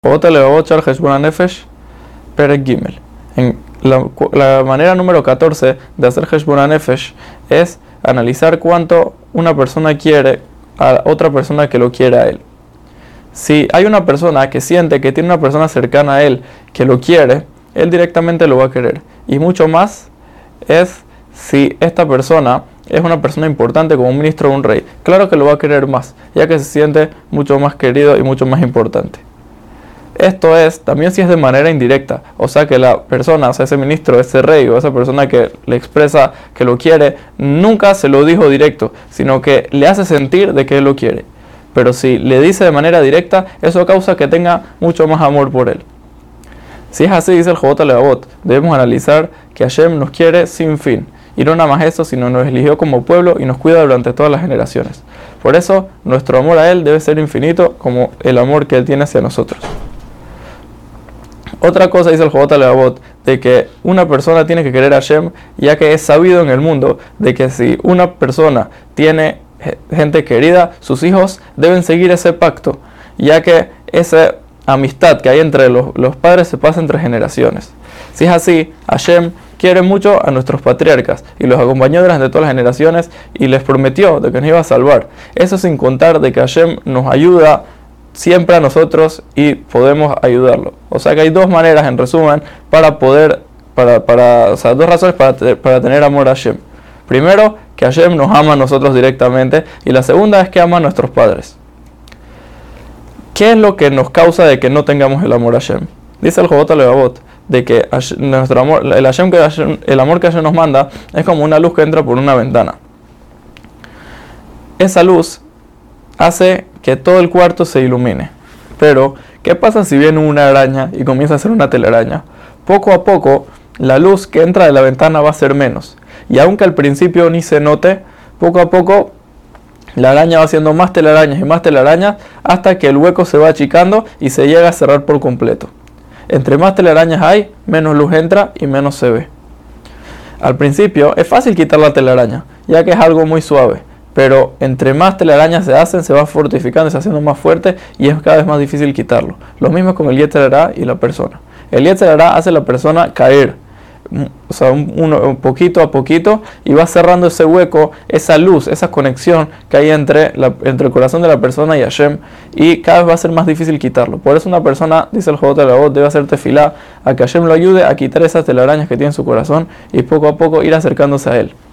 Otra Levavot Shar Heshbon HaNefesh, Perek Gimel. En la manera número 14 de hacer Heshbon HaNefesh es analizar cuánto una persona quiere a otra persona que lo quiere a él. Si hay una persona que siente que tiene una persona cercana a él que lo quiere, él directamente lo va a querer. Y mucho más es si esta persona es una persona importante como un ministro o un rey. Claro que lo va a querer más, ya que se siente mucho más querido y mucho más importante. Esto es también si es de manera indirecta, o sea que la persona, o sea ese ministro, ese rey o esa persona que le expresa que lo quiere, nunca se lo dijo directo, sino que le hace sentir de que él lo quiere. Pero si le dice de manera directa, eso causa que tenga mucho más amor por él. Si es así, dice el Jobot Levavot, debemos analizar que Hashem nos quiere sin fin. Y no nada más eso, sino nos eligió como pueblo y nos cuida durante todas las generaciones. Por eso, nuestro amor a Él debe ser infinito como el amor que Él tiene hacia nosotros. Otra cosa dice el Jobot Levavot, de que una persona tiene que querer a Hashem, ya que es sabido en el mundo de que si una persona tiene gente querida, sus hijos deben seguir ese pacto, ya que esa amistad que hay entre los padres se pasa entre generaciones. Si es así, Hashem quiere mucho a nuestros patriarcas y los acompañó durante todas las generaciones y les prometió de que nos iba a salvar. Eso sin contar de que Hashem nos ayuda siempre a nosotros y podemos ayudarlo. O sea que hay dos maneras, en resumen, o sea, dos razones para tener amor a Hashem. Primero, que Hashem nos ama a nosotros directamente, y la segunda es que ama a nuestros padres. ¿Qué es lo que nos causa de que no tengamos el amor a Hashem? Dice el Jobot Levavot de que nuestro amor, el amor que Hashem nos manda es como una luz que entra por una ventana. Esa luz hace que todo el cuarto se ilumine. Pero, ¿qué pasa si viene una araña y comienza a hacer una telaraña? Poco a poco, la luz que entra de la ventana va a ser menos. Y aunque al principio ni se note, poco a poco la araña va haciendo más telarañas y más telarañas hasta que el hueco se va achicando y se llega a cerrar por completo. Entre más telarañas hay, menos luz entra y menos se ve. Al principio es fácil quitar la telaraña, ya que es algo muy suave. Pero entre más telarañas se hacen, se va fortificando y se haciendo más fuerte y es cada vez más difícil quitarlo. Lo mismo con el Yetzer Hará y la persona. El Yetzer Hará hace a la persona caer, o sea, un poquito a poquito, y va cerrando ese hueco, esa luz, esa conexión que hay entre el corazón de la persona y Hashem, y cada vez va a ser más difícil quitarlo. Por eso una persona, dice el Jobot Levavot, debe hacer tefilá a que Hashem lo ayude a quitar esas telarañas que tiene en su corazón y poco a poco ir acercándose a él.